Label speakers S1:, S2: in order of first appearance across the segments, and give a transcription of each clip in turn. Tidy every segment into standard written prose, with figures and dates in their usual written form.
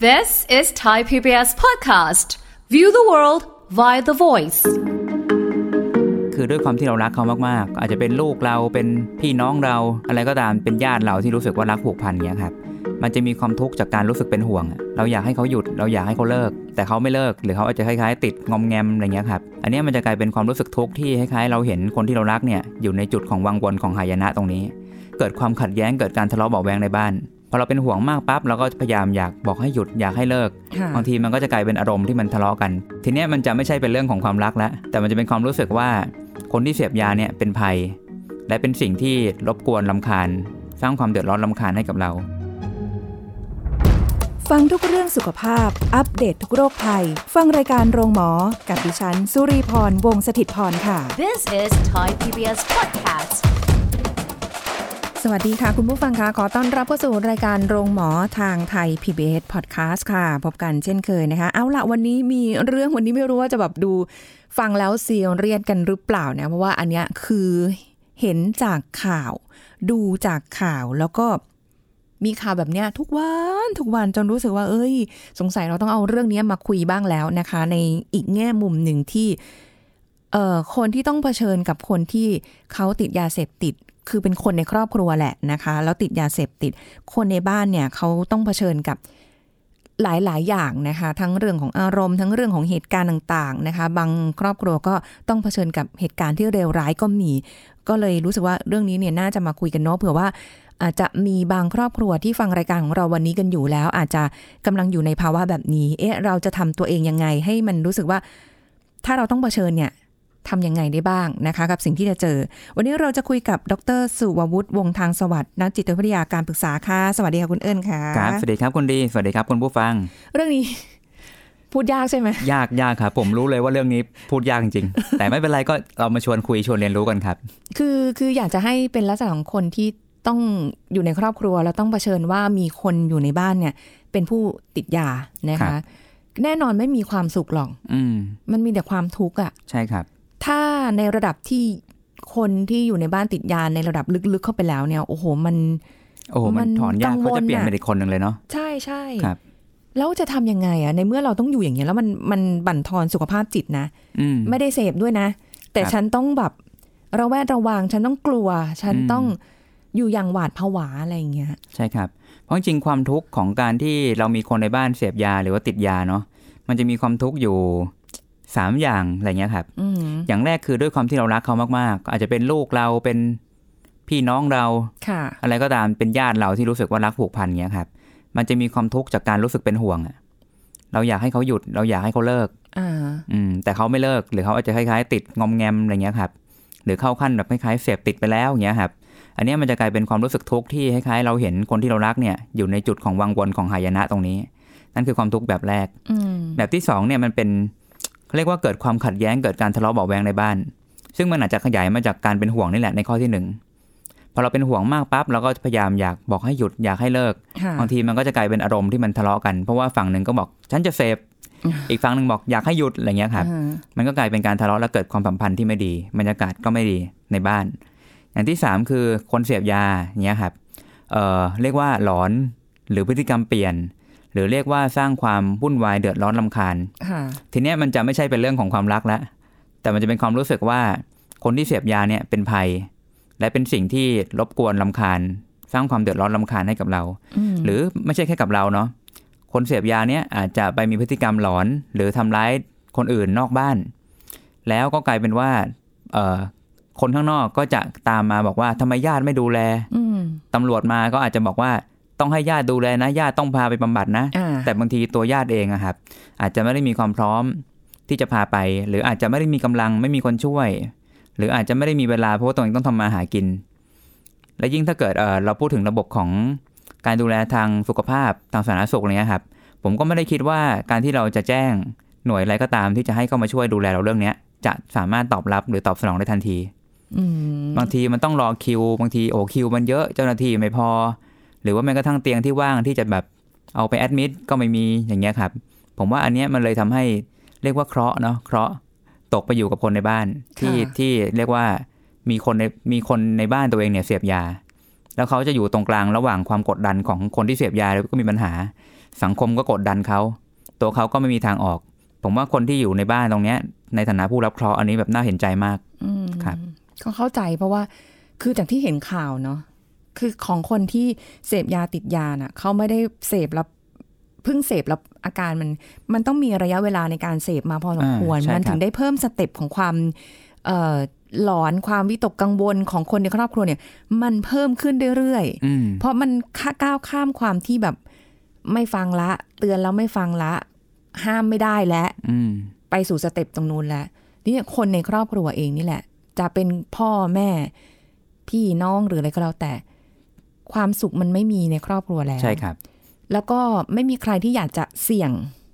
S1: This is Thai PBS podcast. View the world via the voice.
S2: คือด้วยความที่เรารักเขามากๆอาจจะเป็นลูกเราเป็นพี่น้องเราอะไรก็ตามเป็นญาติเราที่รู้สึกว่ารักผูกพันเงี้ยครับมันจะมีความทุกข์จากการรู้สึกเป็นห่วงเราอยากให้เขาหยุดเราอยากให้เขาเลิกแต่เขาไม่เลิกหรือเขาอาจจะคล้ายๆติดงอมแงมอะไรเงี้ยครับอันนี้มันจะกลายเป็นความรู้สึกทุกข์ที่คล้ายๆเราเห็นคนที่เรารักเนี่ยอยู่ในจุดของวังวนของหายนะตรงนี้เกิดความขัดแย้งเกิดการทะเลาะเบาะแว้งในบ้านพอเราเป็นห่วงมากปั๊บเราก็พยายามอยากบอกให้หยุดอยากให้เลิกบางทีมันก็จะกลายเป็นอารมณ์ที่มันทะเลาะกันทีนี้มันจะไม่ใช่เป็นเรื่องของความรักแล้วแต่มันจะเป็นความรู้สึกว่าคนที่เสพยาเนี่ยเป็นภัยและเป็นสิ่งที่รบกวนรำคาญสร้างความเดือดร้อนรำคาญให้กับเรา
S3: ฟังทุกเรื่องสุขภาพอัปเดต ทุกโรคภัยฟังรายการโรงหมอกับดิฉันสุรีพรวงศ์สถิตย์พรค่ะ
S1: This is Thai PBS podcast.
S3: สวัสดีค่ะคุณผู้ฟังคะขอต้อนรับเข้าสู่รายการโรงหมอทางไทย PBS Podcast ค่ะพบกันเช่นเคยนะคะเอาละวันนี้มีเรื่องวันนี้ไม่รู้ว่าจะแบบดูฟังแล้วเซียเรียนกันหรือเปล่านะเพราะว่าอันเนี้ยคือเห็นจากข่าวดูจากข่าวแล้วก็มีข่าวแบบเนี้ยทุกวันจนรู้สึกว่าสงสัยเราต้องเอาเรื่องนี้มาคุยบ้างแล้วนะคะในอีกแง่มุมหนึ่งที่คนที่ต้องเผชิญกับคนที่เขาติดยาเสพติดคือเป็นคนในครอบครัวแหละนะคะแล้วติดยาเสพติดคนในบ้านเนี่ยเขาต้องเผชิญกับหลายอย่างนะคะทั้งเรื่องของอารมณ์ทั้งเรื่องของเหตุการณ์ต่างๆนะคะบางครอบครัวก็ต้องเผชิญกับเหตุการณ์ที่เลวร้ายก็มีก็เลยรู้สึกว่าเรื่องนี้เนี่ยน่าจะมาคุยกันเนาะเผื่อว่าอาจจะมีบางครอบครัวที่ฟังรายการของเราวันนี้กันอยู่แล้วอาจจะกำลังอยู่ในภาวะแบบนี้เราจะทำตัวเองยังไงให้มันรู้สึกว่าถ้าเราต้องเผชิญเนี่ยทำยังไงได้บ้างนะคะกับสิ่งที่จะเจอวันนี้เราจะคุยกับดร.สุวัวุฒิวงศ์ทางสวัสดิ์นักจิตวิทยาการปรึกษาค่ะสวัสดีค่ะคุณเอิญค่ะ
S2: ครับสวัสดีครับคุณดีสวัสดีครับคุณผู้ฟัง
S3: เรื่องนี้พูดยากใช่ไหม
S2: ยากครับผมรู้เลยว่าเรื่องนี้พูดยากจริงๆ แต่ไม่เป็นไรก็เรามาชวนคุยชวนเรียนรู้กันครับ
S3: คืออยากจะให้เป็นลักษณะของคนที่ต้องอยู่ในครอบครัวแล้วต้องเผชิญว่ามีคนอยู่ในบ้านเนี่ยเป็นผู้ติดยานะคะแน่นอนไม่มีความสุขหรอกมันมีแต่ความทุกข์อ่ะ
S2: ใช่ครับ
S3: ถ้าในระดับที่คนที่อยู่ในบ้านติดยาในระดับลึกๆเข้าไปแล้วเนี่ยโอ้โหมัน
S2: ถอนยากเขาจะเปลี่ยนเป็นอีกคนหนึ่งเลยเนาะ
S3: ใช่
S2: ครับ
S3: แล้วจะทำยังไงอ่ะในเมื่อเราต้องอยู่อย่างเงี้ยแล้วมันบั่นทอนสุขภาพจิตนะไม่ได้เสพด้วยนะแต่ฉันต้องแบบระแวดระวังฉันต้องกลัวฉันต้องอยู่อย่างหวาดผวาอะไรอย่างเงี้ย
S2: ใช่ครับเพราะจริงความทุกข์ของการที่เรามีคนในบ้านเสพยาหรือว่าติดยาเนาะมันจะมีความทุกข์อยู่3อย่างอะไรเงี้ยครับอย่างแรกคือด้วยความที่เรารักเขามากๆอาจจะเป็นลูกเราเป็นพี่น้องเราอะไรก็ตามเป็นญาติเราที่รู้สึกว่ารักผูกพันเงี้ยครับมันจะมีความทุกข์จากการรู้สึกเป็นห่วงเราอยากให้เขาหยุดเราอยากให้เขาเลิกแต่เขาไม่เลิกหรือเขาอาจจะคล้ายๆติดงอมแงมอะไรเงี้ยครับหรือเข้าขั้นแบบคล้ายๆเสพติดไปแล้วเงี้ยครับอันนี้มันจะกลายเป็นความรู้สึกทุกข์ที่คล้ายๆเราเห็นคนที่เรารักเนี่ยอยู่ในจุดของวังวนของหายนะตรงนี้นั่นคือความทุกข์แบบแรกแบบที่2เนี่ยมันเป็นเรียกว่าเกิดความขัดแย้งเกิดการทะเลาะเบาะแว้งในบ้านซึ่งมันอาจจะขยายมาจากการเป็นห่วงนี่แหละในข้อที่1พอเราเป็นห่วงมากปั๊บเราก็พยายามอยากบอกให้หยุดอยากให้เลิกบางทีมันก็จะกลายเป็นอารมณ์ที่มันทะเลาะกันเพราะว่าฝั่งหนึ่งก็บอกฉันจะเสพอีกฝั่งหนึ่งบอกอยากให้หยุดอะไรเงี้ยครับมันก็กลายเป็นการทะเลาะและเกิดความสัมพันธ์ที่ไม่ดีบรรยากาศก็ไม่ดีในบ้านอย่างที่3คือคนเสพยาเงี้ยครับเรียกว่าหลอนหรือพฤติกรรมเปลี่ยนหรือเรียกว่าสร้างความวุ่นวายเดือดร้อนรำคาญทีนี้มันจะไม่ใช่เป็นเรื่องของความรักแล้วแต่มันจะเป็นความรู้สึกว่าคนที่เสพยาเนี่ยเป็นภัยและเป็นสิ่งที่รบกวนรำคาญสร้างความเดือดร้อนรำคาญให้กับเราหรือไม่ใช่แค่กับเราเนาะคนเสพยาเนี่ยอาจจะไปมีพฤติกรรมหลอนหรือทำร้ายคนอื่นนอกบ้านแล้วก็กลายเป็นว่าคนข้างนอกก็จะตามมาบอกว่าทำไมญาติไม่ดูแลตำรวจมาก็อาจจะบอกว่าต้องให้ญาติดูแลนะญาติต้องพาไปบำบัดนะแต่บางทีตัวญาติเองอะครับอาจจะไม่ได้มีความพร้อมที่จะพาไปหรืออาจจะไม่ได้มีกำลังไม่มีคนช่วยหรืออาจจะไม่ได้มีเวลาเพราะว่าตัวเองต้องทำมาหากินและยิ่งถ้าเกิดเราพูดถึงระบบของการดูแลทางสุขภาพทางสาธารณสุขอะไรเงี้ยครับผมก็ไม่ได้คิดว่าการที่เราจะแจ้งหน่วยอะไรก็ตามที่จะให้เข้ามาช่วยดูแลเราเรื่องนี้จะสามารถตอบรับหรือตอบสนองได้ทันทีบางทีมันต้องรอคิวบางทีคิวมันเยอะเจ้าหน้าที่ไม่พอหรือว่าแม้กระทั่งเตียงที่ว่างที่จะแบบเอาไปแอดมิดก็ไม่มีอย่างเงี้ยครับผมว่าอันเนี้ยมันเลยทำให้เรียกว่าเคราะห์เนาะเคราะห์ตกไปอยู่กับคนในบ้านที่เรียกว่ามีคนในบ้านตัวเองเนี่ยเสพยาแล้วเขาจะอยู่ตรงกลางระหว่างความกดดันของคนที่เสพยาแล้วก็มีปัญหาสังคมก็กดดันเขาตัวเขาก็ไม่มีทางออกผมว่าคนที่อยู่ในบ้านตรงเนี้ยในฐานะผู้รับเคราะห์อันนี้แบบน่าเห็นใจมากครับ
S3: ก็เข้าใจเพราะว่าคือจากที่เห็นข่าวเนาะคือของคนที่เสพยาติดยาน่ะเขาไม่ได้เสพแล้วเพิ่งเสพแล้วอาการมันต้องมีระยะเวลาในการเสพมาพอสมควรมันถึงได้เพิ่มสเต็ปของความหลอนความวิตกกังวลของคนในครอบครัวเนี่ยมันเพิ่มขึ้นเรื่อยๆเพราะมันก้าวข้ามความที่แบบไม่ฟังละเตือนแล้วไม่ฟังละห้ามไม่ได้แล้วไปสู่สเต็ปตรงนู้นแล้วนี่คนในครอบครัวเองนี่แหละจะเป็นพ่อแม่พี่น้องหรืออะไรก็แล้วแต่ความสุขมันไม่มีในครอบครัวแล้ว
S2: ใช่ครับ
S3: แล้วก็ไม่มีใครที่อยากจะเสี่ยง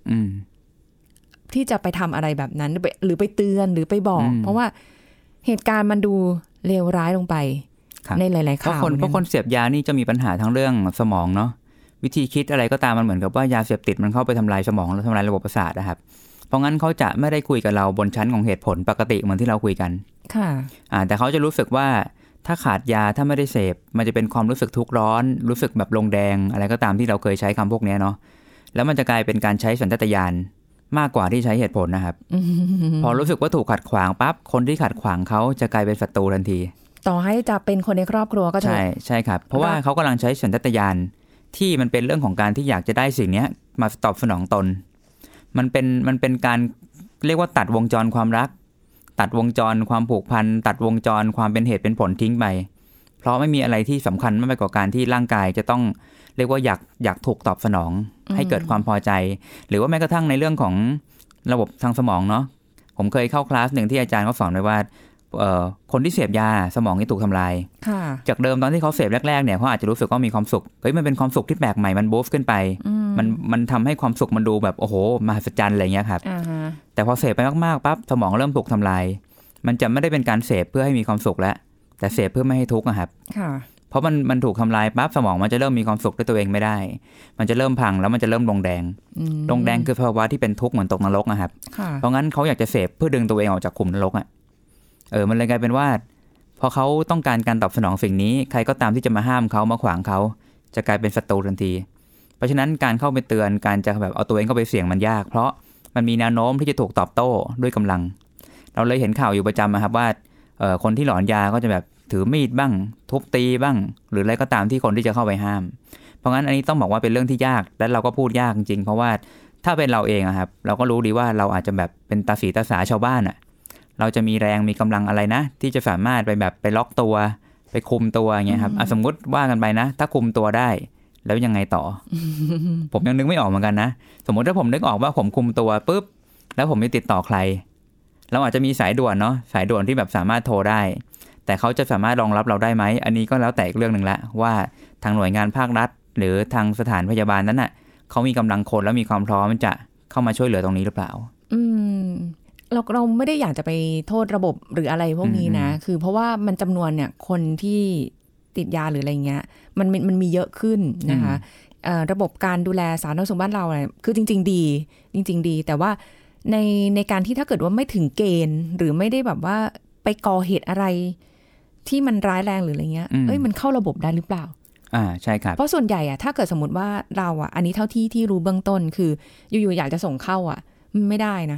S3: ที่จะไปทำอะไรแบบนั้นหรือไปเตือนหรือไปบอกเพราะว่าเหตุการณ์มันดูเลวร้ายลงไปในหลายๆข่าว
S2: เพราะคนเสพยานี่จะมีปัญหาทั้งเรื่องสมองเนาะวิธีคิดอะไรก็ตามมันเหมือนกับว่ายาเสพติดมันเข้าไปทำลายสมองและทำลายระบบประสาทนะครับเพราะงั้นเขาจะไม่ได้คุยกับเราบนชั้นของเหตุผลปกติเหมือนที่เราคุยกัน
S3: ค่ะ
S2: แต่เขาจะรู้สึกว่าถ้าขาดยาถ้าไม่ได้เสพมันจะเป็นความรู้สึกทุกข์ร้อนรู้สึกแบบลงแดงอะไรก็ตามที่เราเคยใช้คำพวกนี้เนาะแล้วมันจะกลายเป็นการใช้สัญชาตญาณมากกว่าที่ใช้เหตุผลนะครับ พอรู้สึกว่าถูกขัดขวางปั๊บคนที่ขัดขวางเขาจะกลายเป็นศัตรูทันที
S3: ต่อให้จะเป็นคนในครอบครัวก็
S2: ใช่ครับเพราะว่าเขากำลังใช้สัญชาตญาณที่มันเป็นเรื่องของการที่อยากจะได้สิ่งนี้มาตอบสนองตนมันเป็นการเรียกว่าตัดวงจรความรักตัดวงจรความผูกพันตัดวงจรความเป็นเหตุเป็นผลทิ้งไปเพราะไม่มีอะไรที่สำคัญมากไปกว่าการที่ร่างกายจะต้องเรียกว่าอยากถูกตอบสนองให้เกิดความพอใจหรือว่าแม้กระทั่งในเรื่องของระบบทางสมองเนาะผมเคยเข้าคลาสหนึ่งที่อาจารย์เขาสอนไว้ว่าคนที่เสพยาสมองนี่ถูกทำลายจากเดิมตอนที่เขาเสพแรกๆเนี่ยเขาอาจจะรู้สึกว่ามีความสุขมันเป็นความสุขที่แปลกใหม่มันบูสต์ขึ้นไปมันทำให้ความสุขมันดูแบบโอ้โหมหัศจรรย์อะไรเงี้ยครับแต่พอเสพไปมากๆปั๊บสมองเริ่มถูกทำลายมันจะไม่ได้เป็นการเสพเพื่อให้มีความสุขแล้วแต่เสพเพื่อไม่ให้ทุกข์นะครับเพราะมันถูกทำลายปั๊บสมองมันจะเริ่มมีความสุขด้วยตัวเองไม่ได้มันจะเริ่มพังแล้วมันจะเริ่มลงแดงคือภาวะที่เป็นทุกข์เหมือนตกนรกนะครับเพราะงั้นเขาอยากจะเสพเพื่อดึงตัวเองออกจากขุมนรกมันเลยกลายเป็นว่าพอเขาต้องการการตอบสนองสิ่งนี้ใครก็ตามที่จะมาห้ามเขามาขวางเขาจะกลายเป็นศัตรูทันทีเพราะฉะนั้นการเข้าไปเตือนการจะแบบเอาตัวเองเข้าไปเสี่ยงมันยากเพราะมันมีแนวโน้มที่จะถูกตอบโต้ด้วยกำลังเราเลยเห็นข่าวอยู่ประจำนะครับว่าคนที่หลอนยาก็จะแบบถือมีดบ้างทุบตีบ้างหรืออะไรก็ตามที่คนที่จะเข้าไปห้ามเพราะงั้นอันนี้ต้องบอกว่าเป็นเรื่องที่ยากและเราก็พูดยากจริงๆเพราะว่าถ้าเป็นเราเองครับเราก็รู้ดีว่าเราอาจจะแบบเป็นตาสีตาสาชาวบ้านเราจะมีแรงมีกำลังอะไรนะที่จะสามารถไปล็อกตัวไปคุมตัวอย่างเงี้ยครับสมมติว่ากันไปนะถ้าคุมตัวได้แล้วยังไงต่อ ผมยังนึกไม่ออกเหมือนกันนะสมมติถ้าผมนึกออกว่าผมคุมตัวปุ๊บแล้วผมไม่ติดต่อใครเราอาจจะมีสายด่วนเนาะสายด่วนที่แบบสามารถโทรได้แต่เขาจะสามารถรองรับเราได้ไหมอันนี้ก็แล้วแต่อีกเรื่องนึงละว่าทางหน่วยงานภาครัฐหรือทางสถานพยาบาลนั้นน่ะเขามีกำลังคนแล้วมีความพร้อมจะเข้ามาช่วยเหลือตรงนี้หรือเปล่า
S3: เราไม่ได้อยากจะไปโทษระบบหรืออะไรพวกนี้นะคือเพราะว่ามันจำนวนเนี่ยคนที่ติดยาหรืออะไรเงี้ยมันมีเยอะขึ้นนะคะระบบการดูแลสาธารณสุขบ้านเราเนี่ยคือจริงๆดีแต่ว่าในการที่ถ้าเกิดว่าไม่ถึงเกณฑ์หรือไม่ได้แบบว่าไปก่อเหตุอะไรที่มันร้ายแรงหรืออะไรเงี้ยมันเข้าระบบได้หรือเปล่า
S2: ใช่ครับ
S3: เพราะส่วนใหญ่ถ้าเกิดสมมติว่าเราอันนี้เท่าที่รู้เบื้องต้นคืออยู่ๆอยากจะส่งเข้าไม่ได้นะ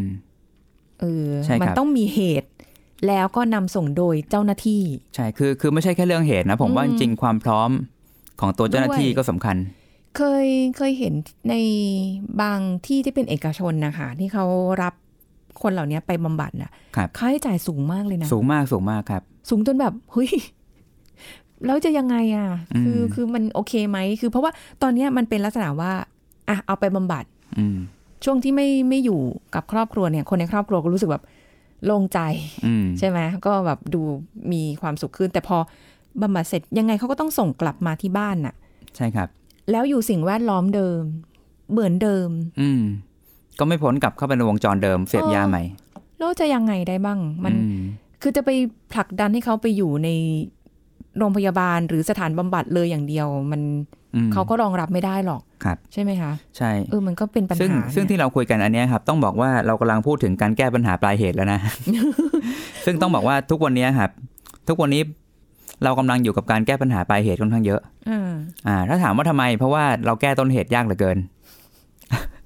S3: มันต้องมีเหตุแล้วก็นำส่งโดยเจ้าหน้าที่
S2: ใช่คือไม่ใช่แค่เรื่องเหตุนะผมว่าจริงๆความพร้อมของตัวเจ้าหน้าที่ก็สำคัญ
S3: เคยเห็นในบางที่ที่เป็นเอกชนนะคะที่เขารับคนเหล่านี้ไปบำบัดน่ะค่าใช้จ่ายสูงมากเลยนะ
S2: สูงมากครับ
S3: สูงจนแบบเฮ้ยแล้วจะยังไงคือมันโอเคไหมคือเพราะว่าตอนนี้มันเป็นลักษณะว่าเอาไปบำบัดช่วงที่ไม่อยู่กับครอบครัวเนี่ยคนในครอบครัวก็รู้สึกแบบโล่งใจใช่ไหมก็แบบดูมีความสุขขึ้นแต่พอบำบัดเสร็จยังไงเขาก็ต้องส่งกลับมาที่บ้านน่ะ
S2: ใช่ครับ
S3: แล้วอยู่สิ่งแวดล้อมเดิมเหมือนเดิม
S2: ก็ไม่พ้นกลับเข้าไปในวงจรเดิมเสพยาใหม่
S3: แล้วจะยังไงได้บ้างมันคือจะไปผลักดันให้เขาไปอยู่ในโรงพยาบาลหรือสถานบำบัดเลยอย่างเดียวมันเขาก็รองรับไม่ได้หรอกใช่ไหมคะ
S2: ใช่
S3: มันก็เป็นปัญหา
S2: ซึ่งที่เราคุยกันอันนี้ครับต้องบอกว่าเรากำลังพูดถึงการแก้ปัญหาปลายเหตุแล้วนะ ซึ่งต้องบอกว่าทุกวันนี้ครับทุกวันนี้เรากำลังอยู่กับการแก้ปัญหาปลายเหตุค่อนข้างเยอะถ้าถามว่าทำไมเพราะว่าเราแก้ต้นเหตุยากเหลือเกิน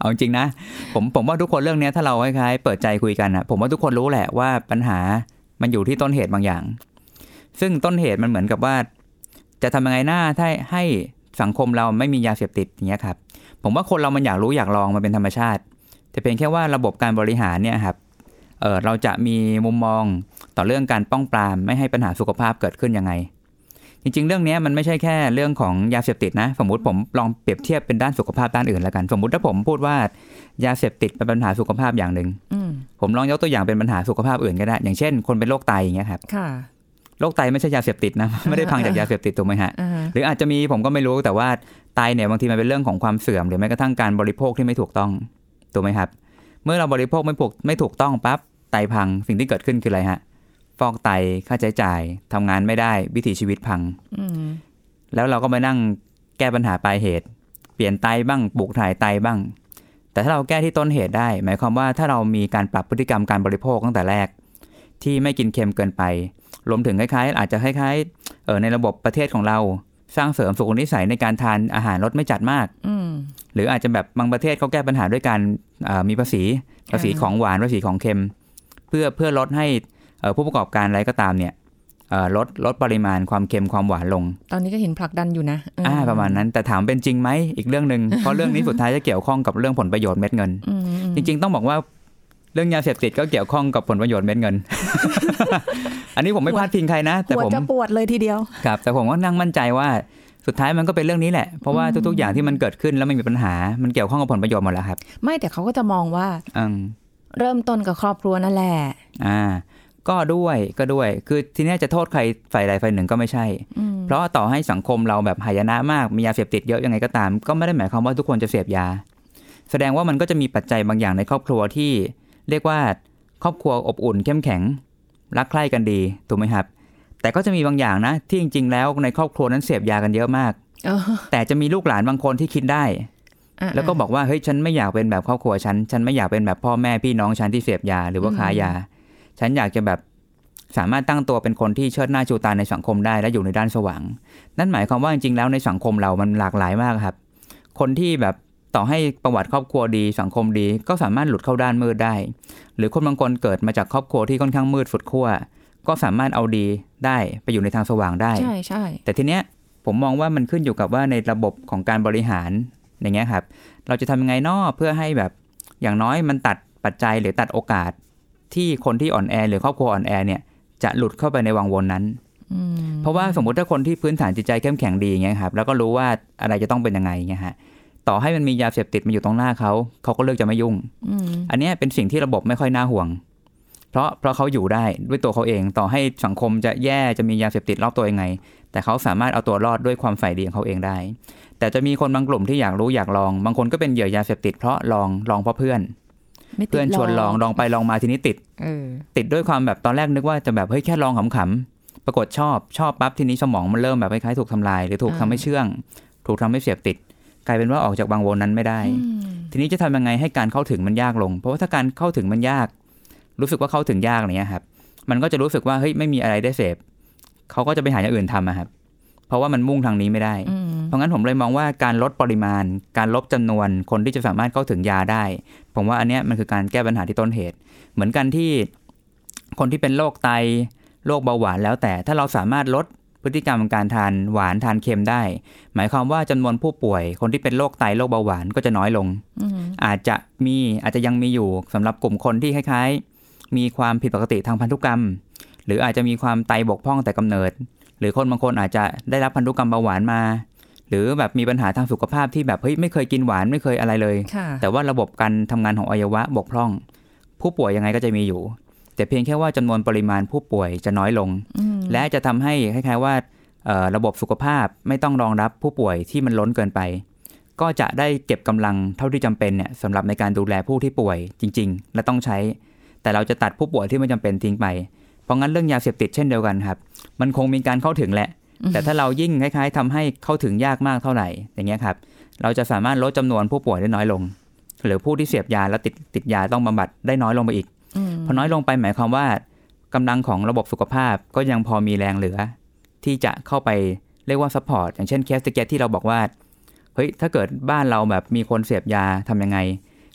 S2: เอาจริงนะผมว่าทุกคนเรื่องนี้ถ้าเราคล้ายๆเปิดใจคุยกันนะผมว่าทุกคนรู้แหละว่าปัญหามันอยู่ที่ต้นเหตุบางอย่างซึ่งต้นเหตุมันเหมือนกับว่าจะทำยังไงหน้าถ้าให้สังคมเราไม่มียาเสพติดอย่างเงี้ยครับผมว่าคนเรามันอยากรู้อยากลองมันเป็นธรรมชาติแต่เพียงแค่ว่าระบบการบริหารเนี่ยครับเราจะมีมุมมองต่อเรื่องการป้องปรามไม่ให้ปัญหาสุขภาพเกิดขึ้นยังไงจริงๆเรื่องนี้มันไม่ใช่แค่เรื่องของยาเสพติดนะสมมุติผมลองเปรียบเทียบเป็นด้านสุขภาพด้านอื่นแล้วกันสมมุติถ้าผมพูดว่ายาเสพติดเป็นปัญหาสุขภาพอย่างนึงผมลองยกตัวอย่างเป็นปัญหาสุขภาพอื่นก็ได้อย่างเช่นคนเป็นโรคไตอย่างเงี้ยครับโรคไตไม่ใช่ยาเสพติดนะไม่ได้พังจากยาเสพติดถูกไหมฮะหรืออาจจะมีผมก็ไม่รู้แต่ว่าไตเนี่ยบางทีมันเป็นเรื่องของความเสื่อมหรือแม้กระทั่งการบริโภคที่ไม่ถูกต้องถูกไหมครับเมื่อเราบริโภคไม่ถูกต้องปั๊บไตพังสิ่งที่เกิดขึ้นคืออะไรฮะฟอกไตค่าใช้จ่ายทำงานไม่ได้วิถีชีวิตพังแล้วเราก็มานั่งแก้ปัญหาปลายเหตุเปลี่ยนไตบ้างปลูกถ่ายไตบ้างแต่ถ้าเราแก้ที่ต้นเหตุได้หมายความว่าถ้าเรามีการปรับพฤติกรรมการบริโภคตั้งแต่แรกที่ไม่กินเค็มเกินไปรวมถึงคล้ายๆอาจจะคล้ายๆในระบบประเทศของเราสร้างเสริมสุขนิสัยในการทานอาหารรสไม่จัดมากหรืออาจจะแบบบางประเทศเขาแก้ปัญหาด้วยการมีภาษีของหวานภาษีของเค็มเพื่อลดให้ผู้ประกอบการอะไรก็ตามเนี่ยลดปริมาณความเค็มความหวานลง
S3: ตอนนี้ก็เห็นผลักดันอยู่นะ
S2: ประมาณนั้นแต่ถามเป็นจริงไหมอีกเรื่องนึง เพราะเรื่องนี้สุดท้ายจะเกี่ยวข้องกับเรื่องผลประโยชน์เม็ดเงินจริงๆต้องบอกว่าเรื่องยาเสพติดก็เกี่ยวข้องกับผลประโยชน์เม็ดเงิน อันนี้ผมไม่พลาดพิงใครนะแต่ผม
S3: จะปวดเลยทีเดียว
S2: ครับแต่ผมก็นั่งมั่นใจว่าสุดท้ายมันก็เป็นเรื่องนี้แหละเพราะว่าทุกๆอย่างที่มันเกิดขึ้นแล้วไม่มีปัญหามันเกี่ยวข้องกับผลประโยชน์หมดแล้วครับ
S3: ไม่แต่เขาก็จะมองว่าเริ่มต้นกับครอบครัวนั่นแหละ
S2: ก็ด้วยคือทีนี้จะโทษใครฝ่ายใดฝ่ายหนึ่งก็ไม่ใช่เพราะต่อให้สังคมเราแบบหายนะมากมียาเสพติดเยอะยังไงก็ตามก็ไม่ได้หมายความว่าทุกคนจะเสพยาแสดงว่ามันก็จะมีปัจจัยบางอย่างในครอบครัวที่เรียกว่าครอบครัวอบอุ่นเข้มแข็งรักใคร่กันดีถูกไหมครับแต่ก็จะมีบางอย่างนะที่จริงๆแล้วในครอบครัวนั้นเสพยากันเยอะมากแต่จะมีลูกหลานบางคนที่คิดได้แล้วก็บอกว่าเฮ้ยฉันไม่อยากเป็นแบบครอบครัวฉันไม่อยากเป็นแบบพ่อแม่พี่น้องฉันที่เสพยาหรือว่าค้ายาฉันอยากจะแบบสามารถตั้งตัวเป็นคนที่เชิดหน้าชูตาในสังคมได้และอยู่ในด้านสว่างนั่นหมายความว่าจริงๆแล้วในสังคมเรามันหลากหลายมากครับคนที่แบบต่อให้ประวัติครอบครัวดีสังคมดีก็สามารถหลุดเข้าด้านมืดได้หรือคนบางคนเกิดมาจากครอบครัวที่ค่อนข้างมืดสุดขั้วก็สามารถเอาดีได้ไปอยู่ในทางสว่างได้
S3: ใช่
S2: แต่ทีเนี้ยผมมองว่ามันขึ้นอยู่กับว่าในระบบของการบริหารอย่างเงี้ยครับเราจะทำยังไงเพื่อให้แบบอย่างน้อยมันตัดปัจจัยหรือตัดโอกาสที่คนที่อ่อนแอหรือครอบครัวอ่อนแอเนี่ยจะหลุดเข้าไปในวังวนนั้นเพราะว่าสมมุติถ้าคนที่พื้นฐานจิตใจเข้มแข็งดีอย่างเงี้ยครับแล้วก็รู้ว่าอะไรจะต้องเป็นยังไงเงี้ยฮะต่อให้มันมียาเสพติดมาอยู่ตรงหน้าเขาก็เลือกจะไม่ยุ่งอันนี้เป็นสิ่งที่ระบบไม่ค่อยน่าห่วงเพราะเขาอยู่ได้ด้วยตัวเขาเองต่อให้สังคมจะแย่จะมียาเสพติดรอบตัวยังไงแต่เขาสามารถเอาตัวรอดด้วยความใฝ่ดีของเขาเองได้แต่จะมีคนบางกลุ่มที่อยากรู้อยากลองบางคนก็เป็นเหยื่อยาเสพติดเพราะลองเพราะเพื่อนชวนลองไปลองมาทีนี้ติดด้วยความแบบตอนแรกนึกว่าจะแบบเฮ้ยแค่ลองขำๆปรากฏชอบปั๊บทีนี้สมองมันเริ่มแบบคล้ายๆถูกทำลายหรือถูกทำให้เชื่องถูกทำให้เสพติดกลายเป็นว่าออกจากวังวนนั้นไม่ได้ทีนี้จะทำยังไงให้การเข้าถึงมันยากลงเพราะว่าถ้าการเข้าถึงมันยากรู้สึกว่าเข้าถึงยากอะไรเงี้ยครับมันก็จะรู้สึกว่าเฮ้ยไม่มีอะไรได้เสพเขาก็จะไปหาอย่างอื่นทำครับเพราะว่ามันมุ่งทางนี้ไม่ได้เพราะงั้นผมเลยมองว่าการลดปริมาณการลดจำนวนคนที่จะสามารถเข้าถึงยาได้ผมว่าอันเนี้ยมันคือการแก้ปัญหาที่ต้นเหตุเหมือนกันที่คนที่เป็นโรคไตโรคเบาหวานแล้วแต่ถ้าเราสามารถลดพฤติกรรมการทานหวานทานเค็มได้หมายความว่าจำนวนผู้ป่วยคนที่เป็นโรคไตโรคเบาหวานก็จะน้อยลงอาจจะยังมีอยู่สำหรับกลุ่มคนที่คล้ายๆมีความผิดปกติทางพันธุกรรมหรืออาจจะมีความไตบกพร่องแต่กำเนิดหรือคนบางคนอาจจะได้รับพันธุกรรมเบาหวานมาหรือแบบมีปัญหาทางสุขภาพที่แบบเฮ้ยไม่เคยกินหวานไม่เคยอะไรเลยแต่ว่าระบบการทำงานของอวัยวะบกพร่องผู้ป่วยยังไงก็จะมีอยู่แต่เพียงแค่ว่าจำนวนปริมาณผู้ป่วยจะน้อยลงและจะทำให้คล้ายๆว่าระบบสุขภาพไม่ต้องรองรับผู้ป่วยที่มันล้นเกินไปก็จะได้เก็บกำลังเท่าที่จำเป็นเนี่ยสำหรับในการดูแลผู้ที่ป่วยจริงๆและต้องใช้แต่เราจะตัดผู้ป่วยที่ไม่จำเป็นทิ้งไปเพราะงั้นเรื่องยาเสพติดเช่นเดียวกันครับมันคงมีการเข้าถึงแหละแต่ถ้าเรายิ่งคล้ายๆทำให้เข้าถึงยากมากเท่าไหร่อย่างเงี้ยครับเราจะสามารถลดจำนวนผู้ป่วยได้น้อยลงหรือผู้ที่เสพยาแล้วติดยาต้องบำบัดได้น้อยลงไปอีกพอน้อยลงไปหมายความว่ากำลังของระบบสุขภาพก็ยังพอมีแรงเหลือที่จะเข้าไปเรียกว่าซัพพอร์ตอย่างเช่นเคสที่เราบอกว่าเฮ้ยถ้าเกิดบ้านเราแบบมีคนเสพยาทำยังไง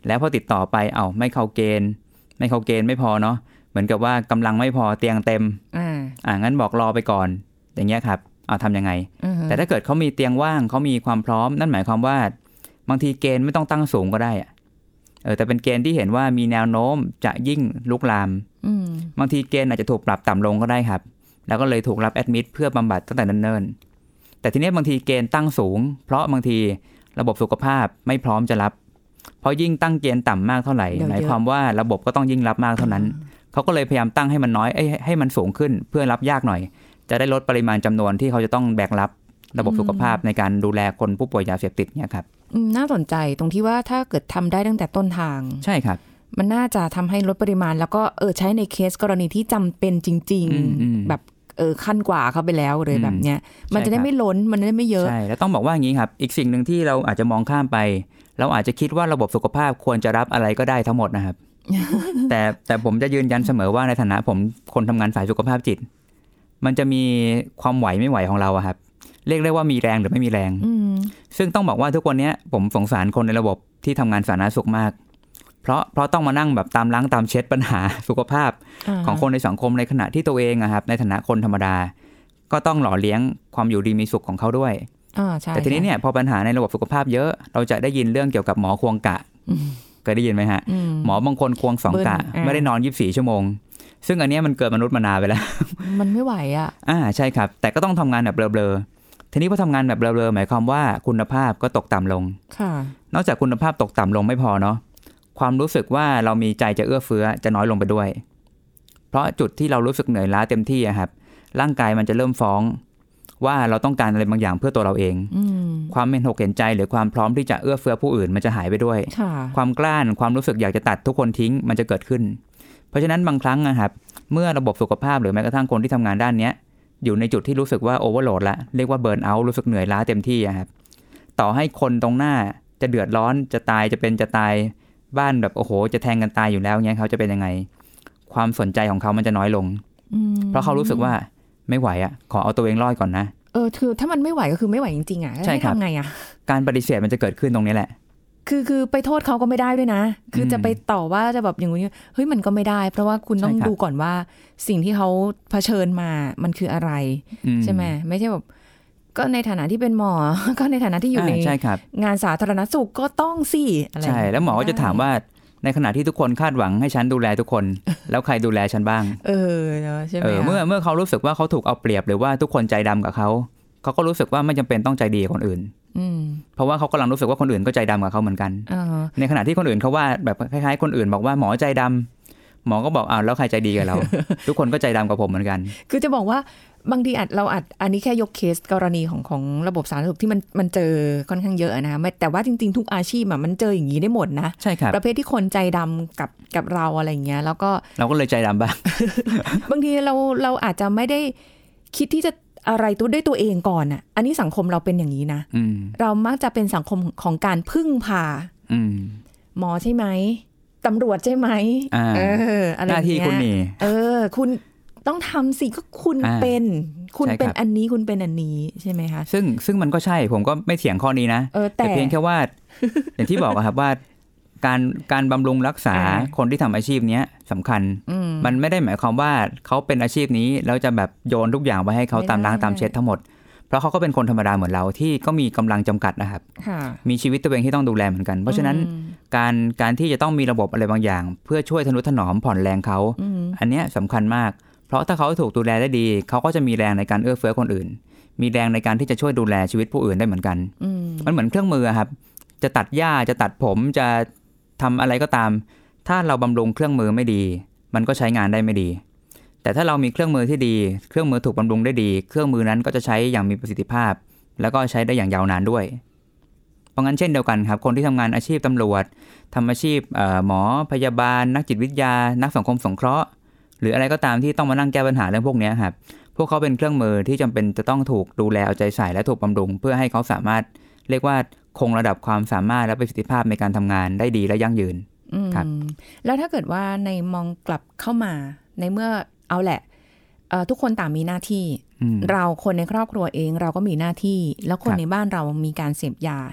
S2: แล้วพอติดต่อไปไม่เข้าเกณฑ์ไม่พอเนาะเหมือนกับว่ากำลังไม่พอเตียงเต็มงั้นบอกรอไปก่อนอย่างเงี้ยครับทำยังไงแต่ถ้าเกิดเขามีเตียงว่างเขามีความพร้อมนั่นหมายความว่าบางทีเกณฑ์ไม่ต้องตั้งสูงก็ได้แต่เป็นเกณฑ์ที่เห็นว่ามีแนวโน้มจะยิ่งลุกลามบางทีเกณฑ์อาจจะถูกปรับต่ำลงก็ได้ครับแล้วก็เลยถูกรับแอดมิดเพื่อบำบัดตั้งแต่เนิ่นๆแต่ทีนี้บางทีเกณฑ์ตั้งสูงเพราะบางทีระบบสุขภาพไม่พร้อมจะรับเพราะยิ่งตั้งเกณฑ์ต่ำมากเท่าไหร่หมายความว่าระบบก็ต้องยิ่งรับมากเท่านั้นเขาก็เลยพยายามตั้งให้มันน้อยให้มันสูงขึ้นเพื่อรับยากหน่อยจะได้ลดปริมาณจำนวนที่เขาจะต้องแบกรับระบบสุขภาพในการดูแลคนผู้ป่วยยาเสพติดเนี่ยครับ
S3: น่าสนใจตรงที่ว่าถ้าเกิดทำได้ตั้งแต่ต้นทาง
S2: ใช่ครับ
S3: มันน่าจะทำให้ลดปริมาณแล้วก็ใช้ในเคสกรณีที่จำเป็นจริงๆแบบขั้นกว่าเข้าไปแล้วเลยแบบเนี้ยมันจะได้ไม่ล้นมันได้ไม่เยอะ
S2: ใช่แล้วต้องบอกว่าอย่างนี้ครับอีกสิ่งหนึ่งที่เราอาจจะมองข้ามไปเราอาจจะคิดว่าระบบสุขภาพควรจะรับอะไรก็ได้ทั้งหมดนะครับ แต่ผมจะยืนยันเสมอว่าในฐานะผมคนทำงานสายสุขภาพจิตมันจะมีความไหวไม่ไหวของเราครับเรียกได้ว่ามีแรงหรือไม่มีแรงซึ่งต้องบอกว่าทุกวันนี้ผมสงสารคนในระบบที่ทำงานสาธารณสุขมากเพราะต้องมานั่งแบบตามล้างตามเช็ดปัญหาสุขภาพของคนในสังคมในขณะที่ตัวเองครับในฐานะคนธรรมดาก็ต้องหล่อเลี้ยงความอยู่ดีมีสุขของเขาด้วยแต่ทีนี้เนี่ยพอปัญหาในระบบสุขภาพเยอะเราจะได้ยินเรื่องเกี่ยวกับหมอควงกะเคยได้ยินไหมฮะหมอบางคนควง2 กะไม่ได้นอน24 ชั่วโมงซึ่งอันนี้มันเกิดมนุษย์มานานไปแล้ว
S3: มันไม่ไหว
S2: ใช่ครับแต่ก็ต้องทำงานแบบเบลอๆทีนี้พอทำงานแบบเบลอๆหมายความว่าคุณภาพก็ตกต่ำลงนอกจากคุณภาพตกต่ำลงไม่พอเนาะความรู้สึกว่าเรามีใจจะเอื้อเฟื้อจะน้อยลงไปด้วยเพราะจุดที่เรารู้สึกเหนื่อยล้าเต็มที่ครับร่างกายมันจะเริ่มฟ้องว่าเราต้องการอะไรบางอย่างเพื่อตัวเราเองความเห็นอกเห็นใจหรือความพร้อมที่จะเอื้อเฟื้อผู้อื่นมันจะหายไปด้วยความกล้าความรู้สึกอยากจะตัดทุกคนทิ้งมันจะเกิดขึ้นเพราะฉะนั้นบางครั้งนะครับเมื่อระบบสุขภาพหรือแม้กระทั่งคนที่ทำงานด้านนี้อยู่ในจุดที่รู้สึกว่าโอเวอร์โหลดละเรียกว่าเบิร์นเอาท์รู้สึกเหนื่อยล้าเต็มที่ครับต่อให้คนตรงหน้าจะเดือดร้อนจะตายจะเป็นจะตายบ้านแบบโอ้โหจะแทงกันตายอยู่แล้วเงี้ยเขาจะเป็นยังไงความสนใจของเขามันจะน้อยลงเพราะเขารู้สึกว่าไม่ไหวขอเอาตัวเองรอดก่อนนะ
S3: คือถ้ามันไม่ไหวก็คือไม่ไหวจริงๆ
S2: ใช่ครับ
S3: ทำไง
S2: การปฏิเสธมันจะเกิดขึ้นตรงนี้แหละ
S3: คือไปโทษเขาก็ไม่ได้ด้วยนะคือจะไปต่อว่าจะแบบอย่างนี้เฮ้ยมันก็ไม่ได้เพราะว่าคุณต้องดูก่อนว่าสิ่งที่เขาเผชิญมามันคืออะไรใช่ไหมไม่ใช่แบบก็ในฐานะที่เป็นหมอก็ในฐานะที่อยู่ในงานสาธารณสุขก็ต้องสิอะไร
S2: ใช่แล้วหมอก็จะถามว่าในขณะที่ทุกคนคาดหวังให้ฉันดูแลทุกคนแล้วใครดูแลฉันบ้าง
S3: ใช่ไหม
S2: เมื่อเขารู้สึกว่าเขาถูกเอาเปรียบหรือว่าทุกคนใจดำกับเขาก็รู้สึกว่าไม่จำเป็นต้องใจดีกับคนอื่นเพราะว่าเขากำลังรู้สึกว่าคนอื่นก็ใจดำกับเขาเหมือนกันในขณะที่คนอื่นเขาว่าแบบคล้ายๆคนอื่นบอกว่าหมอใจดำหมอก็บอกแล้วใครใจดีกับเรา ทุกคนก็ใจดำกับผมเหมือนกัน
S3: คือจะบอกว่าบางทีเราอันนี้แค่ยกเคสกรณีของระบบสาธารณสุขที่มันเจอค่อนข้างเยอะนะแต่ว่าจริงๆทุกอาชีพมันเจออย่างนี้ได้หมดนะ
S2: ใช่ครับ
S3: ประเภทที่คนใจดำกับเราอะไรเงี้ยแล้วก็
S2: เราก็เลยใจดำบ้าง
S3: บางทีเราอาจจะไม่ได้คิดที่จะอะไรด้วยตัวเองก่อนอันนี้สังคมเราเป็นอย่างนี้นะเรามักจะเป็นสังคมของการพึ่งพาหมอใช่ไหมตำรวจใช่ไหม
S2: อะไรหน้าที่คุณนี่
S3: คุณต้องทำสิก็คุณเป็นอันนี้คุณเป็นอันนี้ใช่ไหมคะ
S2: ซึ่งมันก็ใช่ผมก็ไม่เถียงข้อนี้นะแต่เพียงแค่ว่า อย่างที่บอกครับว่าการบำรุงรักษาคนที่ทำอาชีพนี้สำคัญมันไม่ได้หมายความว่าเขาเป็นอาชีพนี้แล้วจะแบบโยนทุกอย่างไปให้เขาตามล้างตามเช็ดทั้งหมดเพราะเขาก็เป็นคนธรรมดาเหมือนเราที่ก็มีกำลังจำกัดนะครับมีชีวิตตัวเองที่ต้องดูแลเหมือนกันเพราะฉะนั้นการที่จะต้องมีระบบอะไรบางอย่างเพื่อช่วยทนุถนอมผ่อนแรงเขาอันนี้สำคัญมากเพราะถ้าเขาถูกดูแลได้ดีเขาก็จะมีแรงในการเอื้อเฟื้อคนอื่นมีแรงในการที่จะช่วยดูแลชีวิตผู้อื่นได้เหมือนกันมันเหมือนเครื่องมือครับจะตัดหญ้าจะตัดผมจะทำอะไรก็ตามถ้าเราบำรุงเครื่องมือไม่ดีมันก็ใช้งานได้ไม่ดีแต่ถ้าเรามีเครื่องมือที่ดีเครื่องมือถูกบำรุงได้ดีเครื่องมือนั้นก็จะใช้อย่างมีประสิทธิภาพแล้วก็ใช้ได้อย่างยาวนานด้วยเพราะงั้นเช่นเดียวกันครับคนที่ทำงานอาชีพตำรวจทำอาชีพหมอพยาบาลนักจิตวิทยานักสังคมสงเคราะห์หรืออะไรก็ตามที่ต้องมานั่งแก้ปัญหาเรื่องพวกนี้ครับพวกเขาเป็นเครื่องมือที่จำเป็นจะต้องถูกดูแลเอาใจใส่และถูกบำรุงเพื่อให้เขาสามารถเรียกว่าคงระดับความสามารถและประสิทธิภาพในการทำงานได้ดีและยั่งยืนครับ
S3: แล้วถ้าเกิดว่าในมองกลับเข้ามาในเมื่อเอาแหละทุกคนต่างมีหน้าที่เราคนในครอบครัวเองเราก็มีหน้าที่แล้วคนในบ้านเรามีการเสพยา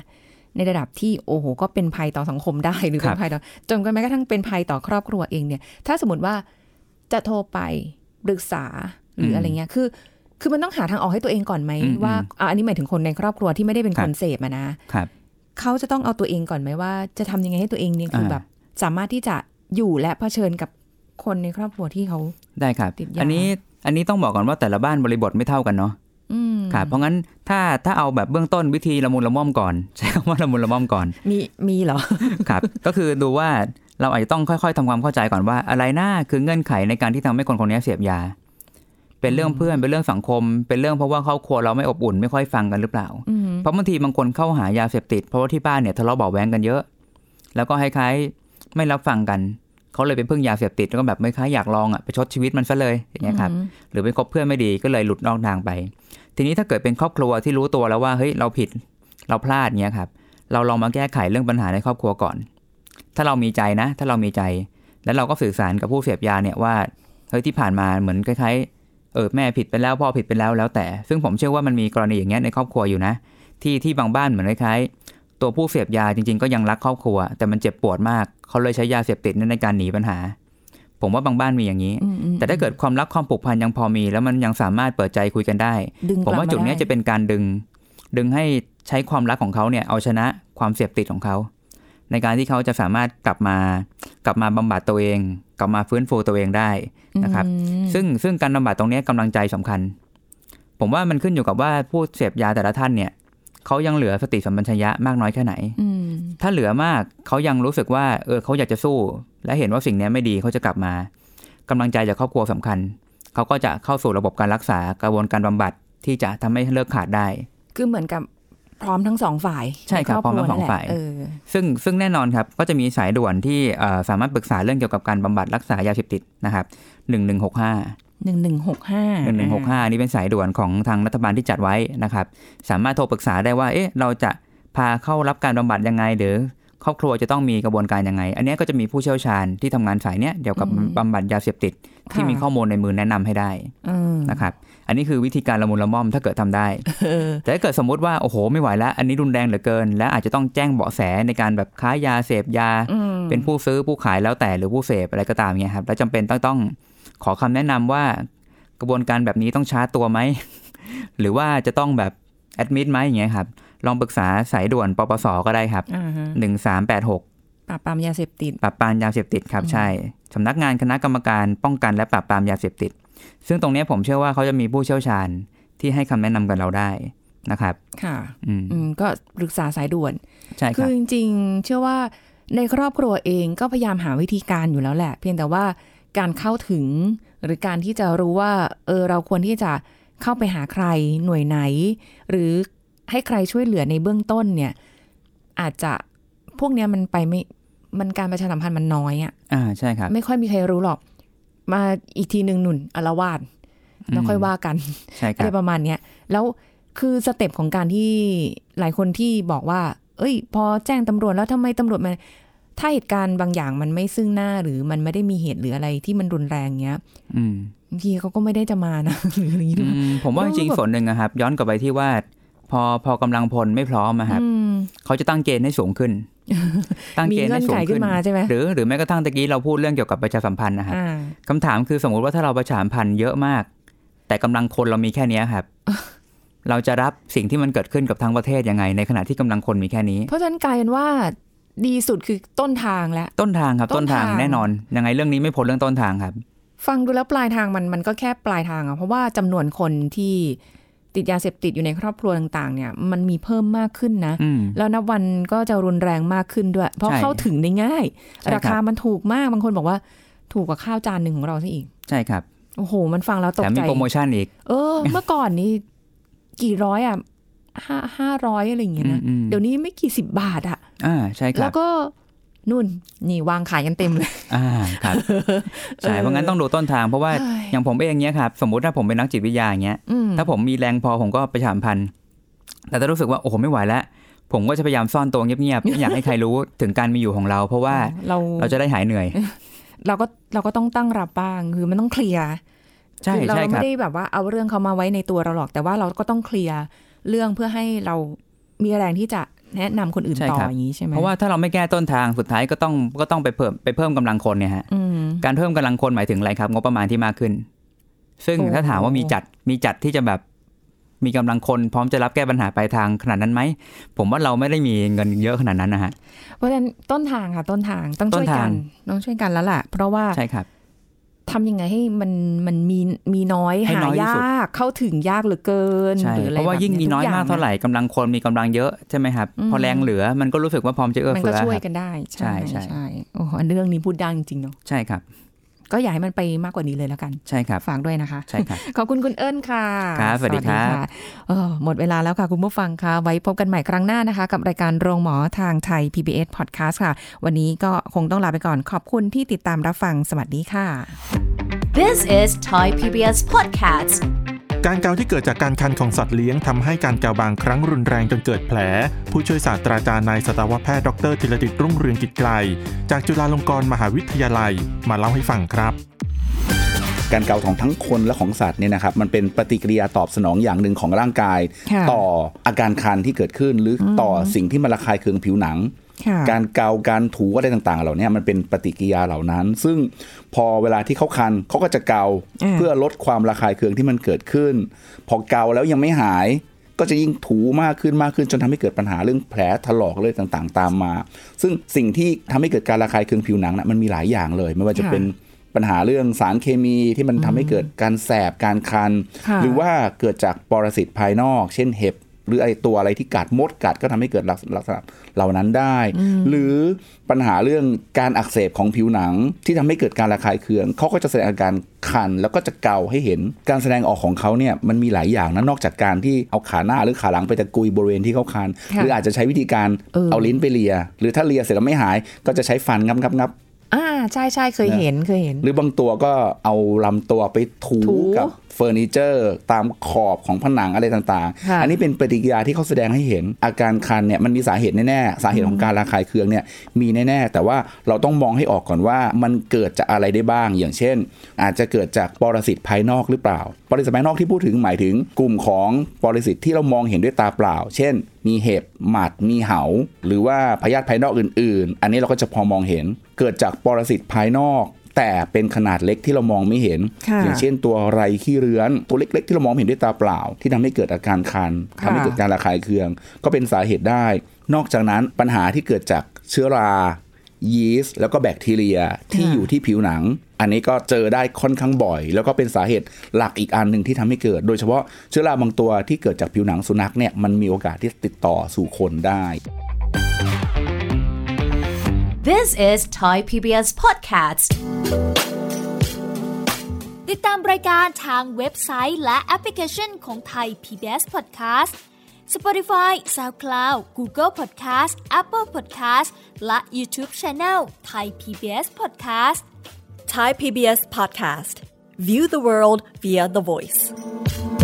S3: ในระดับที่โอ้โหก็เป็นภัยต่อสังคมได้หรือเป็นภัยต่อจนแม้กระทั่งเป็นภัยต่อครอบครัวเองเนี่ยถ้าสมมติว่าจะโทรไปปรึกษาหรืออะไรเงี้ยคือมันต้องหาทางออกให้ตัวเองก่อนไหมว่าอันนี้หมายถึงคนในครอบครัวที่ไม่ได้เป็นคนเสพนะเขาจะต้องเอาตัวเองก่อนไหมว่าจะทำยังไงให้ตัวเองเนี่ยคือแบบสามารถที่จะอยู่และเผชิญกับคนในครอบครัวที่เขา
S2: ได้ครับอันนี้ต้องบอกก่อนว่าแต่ละบ้านบริบทไม่เท่ากันเนาะครับเพราะงั้นถ้าเอาแบบเบื้องต้นวิธีละมุนละม่อมก่อนใช้คำว่าละมุนละม่อมก่อน
S3: มีเหรอ
S2: ครับก็คือดูว่าเราอาจจะต้องค่อยๆทำความเข้าใจก่อนว่าอะไรน่าคือเงื่อนไขในการที่ทำให้คนคนนี้เสพยาเป็นเรื่องเพื่อนเป็นเรื่องสังคมเป็นเรื่องเพราะว่าครอบครัวเราไม่อบอุ่นไม่ค่อยฟังกันหรือเปล่าเพราะบางทีบางคนเข้าหายาเสพติดเพราะว่าที่บ้านเนี่ยทะเลาะเบาะแว้งกันเยอะแล้วก็คล้ายๆไม่รับฟังกันเขาเลยไปพึ่งยาเสพติดแล้วก็แบบไม่คล้ายอยากลองไปชดชีวิตมันซะเลยอย่างเงี้ยครับหรือไปคบเพื่อนไม่ดีก็เลยหลุดนอกทางไปทีนี้ถ้าเกิดเป็นครอบครัวที่รู้ตัวแล้วว่าเฮ้ยเราผิดเราพลาดเงี้ยครับเราลองมาแก้ไขเรื่องปัญหาในครอบครัวก่อนถ้าเรามีใจนะถ้าเรามีใจแล้วเราก็สื่อสารกับผู้เสพยาเนี่ยว่าเฮ้ยที่ผ่านมาเหมือนคล้ายๆแม่ผิดไปแล้วพ่อผิดไปแล้วแต่ซึ่งผมเชื่อว่ามันมีกรณีอย่างเงี้ยในครอบครัวอยู่นะที่บางบ้านเหมือนคล้ายๆตัวผู้เสพยาจริงๆก็ยังรักครอบครัวแต่มันเจ็บปวดมากเขาเลยใช้ยาเสพติดในการหนีปัญหาผมว่าบางบ้านมีอย่างนี้แต่ถ้าเกิดความรักความผูกพันยังพอมีแล้วมันยังสามารถเปิดใจคุยกันได้ผมว่าจุดนี้จะเป็นการดึงให้ใช้ความรักของเขาเนี่ยเอาชนะความเสพติดของเขาในการที่เขาจะสามารถกลับมาบำบัดตัวเองกลับมาฟื้นฟูตัวเองได้นะครับซึ่งการบำบัดตรงนี้กำลังใจสำคัญผมว่ามันขึ้นอยู่กับว่าผู้เสพยาแต่ละท่านเนี่ยเขายังเหลือสติสัมปชัญญะมากน้อยแค่ไหนถ้าเหลือมากเขายังรู้สึกว่าเขาอยากจะสู้และเห็นว่าสิ่งนี้ไม่ดีเขาจะกลับมากำลังใจจากครอบครัวสำคัญเขาก็จะเข้าสู่ระบบการรักษากระบวนการบำบัดที่จะทำให้เลิกขาดได้
S3: คือเหมือนกับพร้อมทั้งสองฝ่าย
S2: ใช่ครับพร้อมทั้งสองฝ่ายซึ่งแน่นอนครับก็จะมีสายด่วนที่สามารถปรึกษาเรื่องเกี่ยวกับการบำบัดรักษายาเสพติดนะครับ1165นี่เป็นสายด่วนของทางรัฐบาลที่จัดไว้นะครับสามารถโทรปรึกษาได้ว่าเราจะพาเข้ารับการบำบัดยังไงหรือครอบครัวจะต้องมีกระบวนการยังไงอันนี้ก็จะมีผู้เชี่ยวชาญที่ทำงานสายเนี้ยเกี่ยวกับบำบัดยาเสพติดที่มีข้อมูลในมือแนะนำให้ได้นะครับอันนี้คือวิธีการละมุนละม่อมถ้าเกิดทำได้แต่ถ้าเกิดสมมติว่าโอ้โหไม่ไหวแล้วอันนี้รุนแรงเหลือเกินและอาจจะต้องแจ้งเบาะแสในการแบบค้ายาเสพยาเป็นผู้ซื้อผู้ขายแล้วแต่หรือผู้เสพอะไรก็ตามเงี้ยครับแล้วจำเป็นต้องขอคำแนะนำว่ากระบวนการแบบนี้ต้องชาร์จตัวไหม หรือว่าจะต้องแบบแอดมิดไหมอย่างเงี้ยครับลองปรึกษาสายด่วนปปส.ก็ได้ครับ1386
S3: ปราบปรามยาเสพติด
S2: ครับใช่สำนักงานคณะกรรมการป้องกันและปราบปรามยาเสพติดซึ่งตรงนี้ผมเชื่อว่าเขาจะมีผู้เชี่ยวชาญที่ให้คำแนะนำกับเราได้นะครับ
S3: ค่ะก็ปรึกษาสายด่วน
S2: ใช่ครับ
S3: คือจริงๆเชื่อว่าในครอบครัวเองก็พยายามหาวิธีการอยู่แล้วแหละเพียงแต่ว่าการเข้าถึงหรือการที่จะรู้ว่าเราควรที่จะเข้าไปหาใครหน่วยไหนหรือให้ใครช่วยเหลือในเบื้องต้นเนี่ยอาจจะพวกเนี้ยมันไปไม่มันการประชาสัมพันธ์มันน้อย
S2: ใช่ครับ
S3: ไม่ค่อยมีใครรู้หรอกมาอีกทีนึงหนุนอาละวาดแล้วค่อยว่ากันอะไรประมาณเนี้ยแล้วคือสเต็ปของการที่หลายคนที่บอกว่าพอแจ้งตำรวจแล้วทำไมตำรวจมาถ้าเหตุการณ์บางอย่างมันไม่ซึ่งหน้าหรือมันไม่ได้มีเหตุหรืออะไรที่มันรุนแรงเงี้ยบางทีเขาก็ไม่ได้จะมานะหรืออะไรอย่างนี้
S2: ผมว่าจริงๆส่วนหนึ่งครับย้อนกลับไปที่ว่าพอกำลังพลไม่พร้อมครับเขาจะตั้งเกณฑ์ให้สูงขึ้น
S3: ตั้งเกณฑ์ให้สูงขึ้นใช่ไหม
S2: หรือแม้กระทั่งตะกี้เราพูดเรื่องเกี่ยวกับประชาสัมพันธ์นะครับคำถามคือสมมติว่าถ้าเราประชาสัมพันธ์เยอะมากแต่กำลังคนเรามีแค่นี้ครับเราจะรับสิ่งที่มันเกิดขึ้นกับทั้งประเทศยังไงในขณะที่กำลังคนมีแค่นี้
S3: เพราะฉะนั้นกลายเป็นว่าดีสุดคือต้นทางแล้ว
S2: ต้นทางครับต้นทางแน่นอนยังไงเรื่องนี้ไม่พ้นเรื่องต้นทางครับ
S3: ฟังดูแล้วปลายทางมันก็แค่ปลายทางเพราะว่าจำนวนคนที่ติดยาเสพติดอยู่ในครอบครัวต่างๆเนี่ยมันมีเพิ่มมากขึ้นนะแล้วนับวันก็จะรุนแรงมากขึ้นด้วยเพราะเข้าถึงได้ง่ายราคามันถูกมากบางคนบอกว่าถูกกว่าข้าวจานหนึ่งของเราซะอีก
S2: ใช่ครับ
S3: โอ้โหมันฟังแล้วตกใจ
S2: แต่มีโปรโมชั่นอีก
S3: เมื่อก่อนนี้กี่ร้อย500อะไรอย่างเงี้ยนะเดี๋ยวนี้ไม่กี่10 บาท
S2: ใช่ครับ
S3: แล้วก็นู่นนี่วางขายกันเต็มเลย
S2: ครับใช่เพราะงั้นต้องดูต้นทางเพราะว่าอย่างผมเองเนี้ยครับสมมุติถ้าผมเป็นนักจิตวิทยาอย่างเงี้ยถ้าผมมีแรงพอผมก็ประชาสัมพันธ์แต่ถ้ารู้สึกว่าโอ้โหไม่ไหวแล้วผมก็จะพยายามซ่อนตัวเงียบๆไม่อยากให้ใครรู้ถึงการมีอยู่ของเราเพราะว่าเราจะได้หายเหนื่อย
S3: เราก็ต้องตั้งรับบ้างคือมันต้องเคลียร์
S2: ใช่
S3: เราไม่ได้แบบว่าเอาเรื่องเขามาไว้ในตัวเราหรอกแต่ว่าเราก็ต้องเคลียร์เรื่องเพื่อให้เรามีแรงที่จะแนะนำคนอื่นต่ออย่างนี้ใช่ไหม
S2: เพราะว่าถ้าเราไม่แก้ต้นทางสุดท้ายก็ต้องไปเพิ่มกำลังคนเนี่ยฮะการเพิ่มกำลังคนหมายถึงอะไรครับงบประมาณที่มากขึ้นซึ่งถ้าถามว่ามีจัดที่จะแบบมีกำลังคนพร้อมจะรับแก้ปัญหาปลายทางขนาดนั้นไหมผมว่าเราไม่ได้มีเงินเยอะขนาดนั้นนะฮะ
S3: เพราะฉะนั้นต้นทางต้องช่วยกันแล้วแหละเพราะว่า
S2: ใช่ครับ
S3: ทำยังไงให้มันมีน้อยหายากเข้าถึงยากเหลือเกินหรืออะไรเพ
S2: ราะว่ายิ่งมีน้อยมากเท่าไหร่กำลังคนมีกำลังเยอะใช่ไหมครับพอแรงเหลือมันก็รู้สึกว่าพร้อมจะเอื้อเฟื้อ
S3: มันก็ช่วยกันได้ใช่โอ้เรื่องนี้พูดดังจริงเนาะ
S2: ใช่ครับ
S3: ก็อยากให้มันไปมากกว่านี้เลยแล้วกัน
S2: ใช่ครับ
S3: ฝากด้วยนะคะ
S2: ใช่ครับ
S3: ขอบคุณคุณเอิญค่ะ
S2: ครับสวัสดีครับ
S3: หมดเวลาแล้วค่ะคุณผู้ฟังค่ะไว้พบกันใหม่ครั้งหน้านะคะกับรายการโรงหมอทางไทย PBS Podcast ค่ะวันนี้ก็คงต้องลาไปก่อนขอบคุณที่ติดตามรับฟังสวัสดีค่ะ
S1: This is Thai PBS Podcast
S4: การเกาที่เกิดจากการคันของสัตว์เลี้ยงทำให้การเกาบางครั้งรุนแรงจนเกิดแผลผู้ช่วยศาสตราจารย์นายสัตวแพทย์ดร.ธีรดิษฐ์รุ่งเรืองกิจไกลจากจุฬาลงกรณ์มหาวิทยาลัยมาเล่าให้ฟังครับ
S5: การเกาของทั้งคนและของสัตว์เนี่ยนะครับมันเป็นปฏิกิริยาตอบสนองอย่างหนึ่งของร่างกายต่ออาการคันที่เกิดขึ้นหรือต่อสิ่งที่มันระคายเคืองผิวหนังการเกาการถูอะไรต่างๆเหล่านี้มันเป็นปฏิกิริยาเหล่านั้นซึ่งพอเวลาที่เขาคันเขาก็จะเกาเพื่อลดความระคายเคืองที่มันเกิดขึ้นพอเกาแล้วยังไม่หายก็จะยิ่งถูมากขึ้นจนทำให้เกิดปัญหาเรื่องแผลถลอกเลยต่างๆตามมาซึ่งสิ่งที่ทำให้เกิดการระคายเคืองผิวหนังนะมันมีหลายอย่างเลยไม่ว่าจะเป็นปัญหาเรื่องสารเคมีที่มันทำให้เกิดการแสบการคันหรือว่าเกิดจากปรสิตภายนอกเช่นเห็บหรือไอตัวอะไรที่กัดมดกัดก็ทำให้เกิดลักษณะเหล่านั้นได้หรือปัญหาเรื่องการอักเสบของผิวหนังที่ทำให้เกิดการระคายเคืองเขาก็จะแสดงอาการคันแล้วก็จะเกาให้เห็นการแสดงออกของเขาเนี่ยมันมีหลายอย่างนะนอกจากการที่เอาขาหน้าหรือขาหลังไปตะกุยบริเวณที่เขาคันหรืออาจจะใช้วิธีการเอาลิ้นไปเลียหรือถ้าเลียเสร็จแล้วไม่หายก็จะใช้ฟันงับ
S3: ใช่เคยเห็น
S5: หรือบางตัวก็เอาลำตัวไปถูกับเฟอร์นิเจอร์ตามขอบของผนังอะไรต่างๆอันนี้เป็นปฏิกิริยาที่เขาแสดงให้เห็นอาการคันเนี่ยมันมีสาเหตุแน่ๆสาเหตุของการระคายเคืองเนี่ยมีแน่ๆแต่ว่าเราต้องมองให้ออกก่อนว่ามันเกิดจากอะไรได้บ้างอย่างเช่นอาจจะเกิดจากปรสิตภายนอกหรือเปล่าปรสิตภายนอกที่พูดถึงหมายถึงกลุ่มของปรสิตที่เรามองเห็นด้วยตาเปล่าเช่นมีเห็บหมัดมีเหาหรือว่าพยาธิภายนอกอื่นๆอันนี้เราก็จะพอมองเห็นเกิดจากปรสิตภายนอกแต่เป็นขนาดเล็กที่เรามองไม่เห็นอย่างเช่นตัวไรขี้เรื้อนตัวเล็กๆที่เรามองเห็นด้วยตาเปล่าที่ทำให้เกิดอาการคันทำให้เกิดการระคายเคืองก็เป็นสาเหตุได้นอกจากนั้นปัญหาที่เกิดจากเชื้อรายีสต์แล้วก็แบคทีเรียที่อยู่ที่ผิวหนังอันนี้ก็เจอได้ค่อนข้างบ่อยแล้วก็เป็นสาเหตุหลักอีกอันหนึ่งที่ทำให้เกิดโดยเฉพาะเชื้อราบางตัวที่เกิดจากผิวหนังสุนัขเนี่ยมันมีโอกาสที่ติดต่อสู่คนได้
S1: This is Thai PBS Podcast
S6: ติดตามรายการทางเว็บไซต์และแอปพลิเคชันของ Thai PBS Podcast Spotify, SoundCloud, Google Podcast, Apple Podcast และ YouTube Channel Thai PBS Podcast
S7: Thai PBS Podcast View the world via the voice